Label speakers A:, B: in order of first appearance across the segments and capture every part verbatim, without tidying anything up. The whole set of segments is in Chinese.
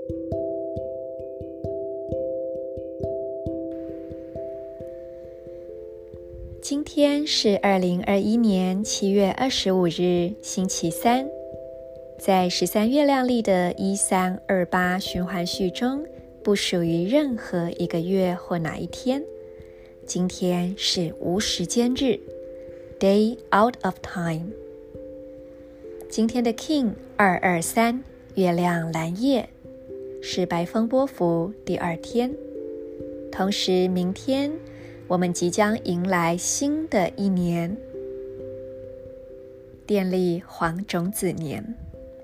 A: 今天是二零二一年七月二十五日，星期三。在十三月亮历的一三二八循环序中，不属于任何一个月或哪一天。今天是无时间日 Day out of time。 今天的 King 二二三月亮蓝夜，是白风波符第二天。同时明天我们即将迎来新的一年，电力黄种子年。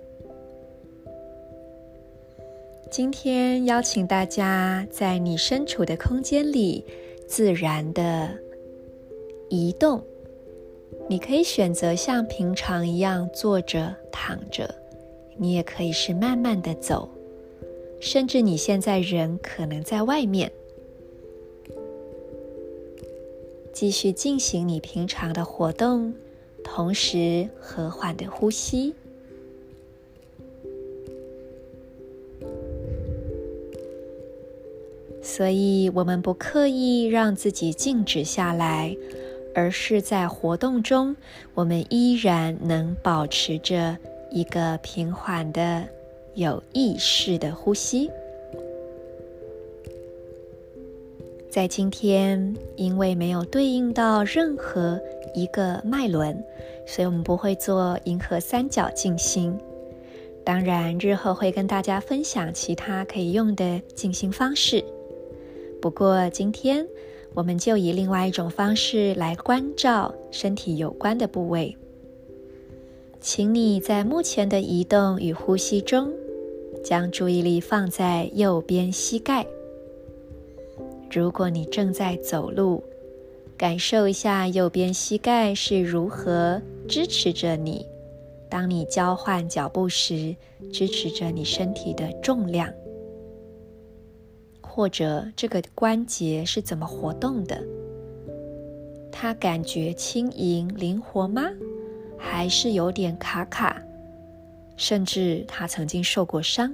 A: 今天邀请大家在你身处的空间里自然的移动，你可以选择像平常一样坐着躺着，你也可以是慢慢的走，甚至你现在人可能在外面，继续进行你平常的活动，同时和缓的呼吸。所以我们不刻意让自己静止下来，而是在活动中，我们依然能保持着一个平缓的、有意识的呼吸。在今天，因为没有对应到任何一个脉轮，所以我们不会做银河三角静心。当然，日后会跟大家分享其他可以用的静心方式。不过今天我们就以另外一种方式来关照身体有关的部位。请你在目前的移动与呼吸中，将注意力放在右边膝盖。如果你正在走路，感受一下右边膝盖是如何支持着你，当你交换脚步时，支持着你身体的重量。或者这个关节是怎么活动的？它感觉轻盈灵活吗？还是有点卡卡？甚至它曾经受过伤？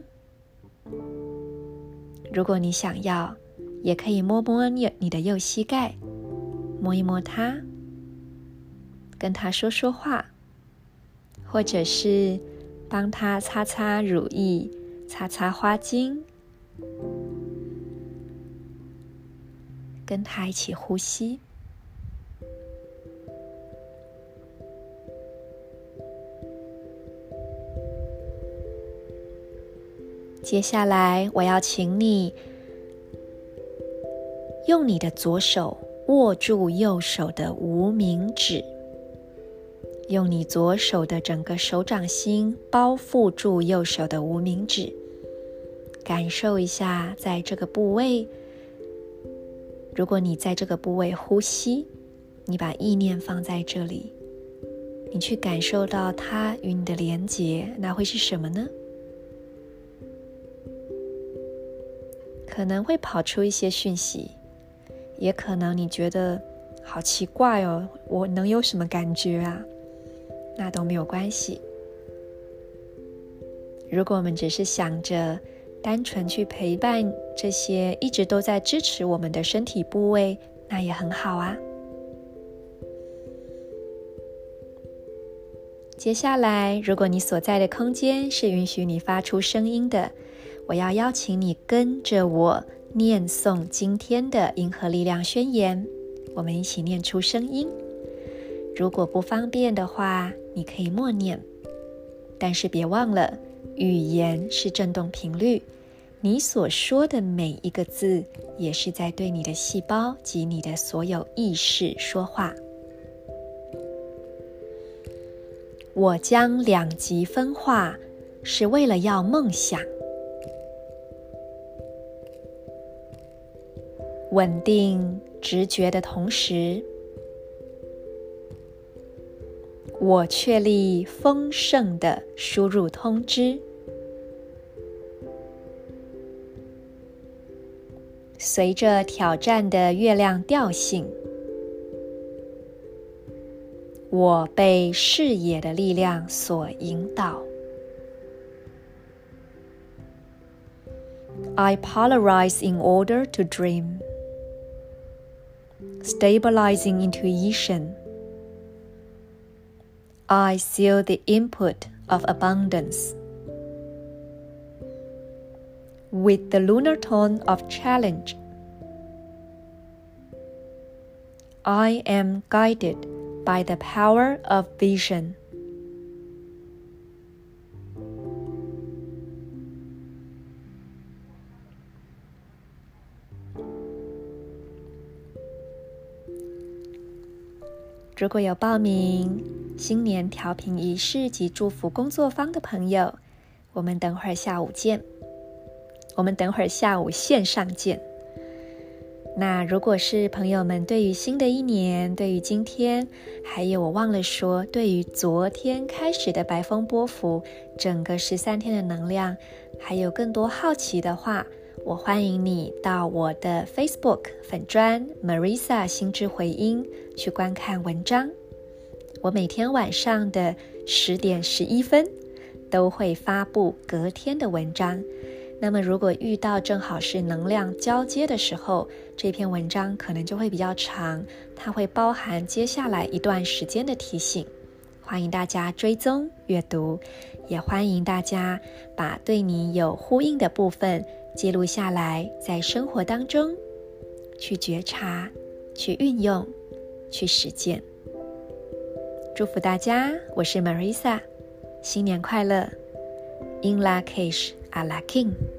A: 如果你想要，也可以摸摸你的右膝盖，摸一摸它，跟它说说话，或者是帮它擦擦乳液，擦擦花精，跟他一起呼吸。接下来我要请你用你的左手握住右手的无名指，用你左手的整个手掌心包覆住右手的无名指，感受一下在这个部位。如果你在这个部位呼吸，你把意念放在这里，你去感受到它与你的连结，那会是什么呢？可能会跑出一些讯息，也可能你觉得好奇怪哦，我能有什么感觉啊？那都没有关系。如果我们只是想着单纯去陪伴这些一直都在支持我们的身体部位，那也很好啊。接下来，如果你所在的空间是允许你发出声音的，我要邀请你跟着我念诵今天的银河力量宣言，我们一起念出声音。如果不方便的话，你可以默念，但是别忘了，语言是振动频率，你所说的每一个字也是在对你的细胞及你的所有意识说话。我将两极分化，是为了要梦想。稳定直觉的同时，我确立丰盛的输入通知。随着挑战的月亮调性，我被视野的力量所引导。 I polarize in order to dream. Stabilizing intuition. I seal the input of abundance. With the lunar tone of challenge, I am guided by the power of vision.如果有报名新年调频仪式及祝福工作坊的朋友，我们等会儿下午见。我们等会儿下午线上见。那如果是朋友们对于新的一年，对于今天，还有我忘了说，对于昨天开始的白风波符整个十三天的能量，还有更多好奇的话，我欢迎你到我的 Facebook 粉专 Marisa 心智回音去观看文章。我每天晚上的十点十一分都会发布隔天的文章。那么如果遇到正好是能量交接的时候，这篇文章可能就会比较长，它会包含接下来一段时间的提醒。欢迎大家追踪阅读，也欢迎大家把对你有呼应的部分记录下来，在生活当中去觉察、去运用、去实践。祝福大家，我是 Marisa， 新年快乐 In Lak'ech A La K'in。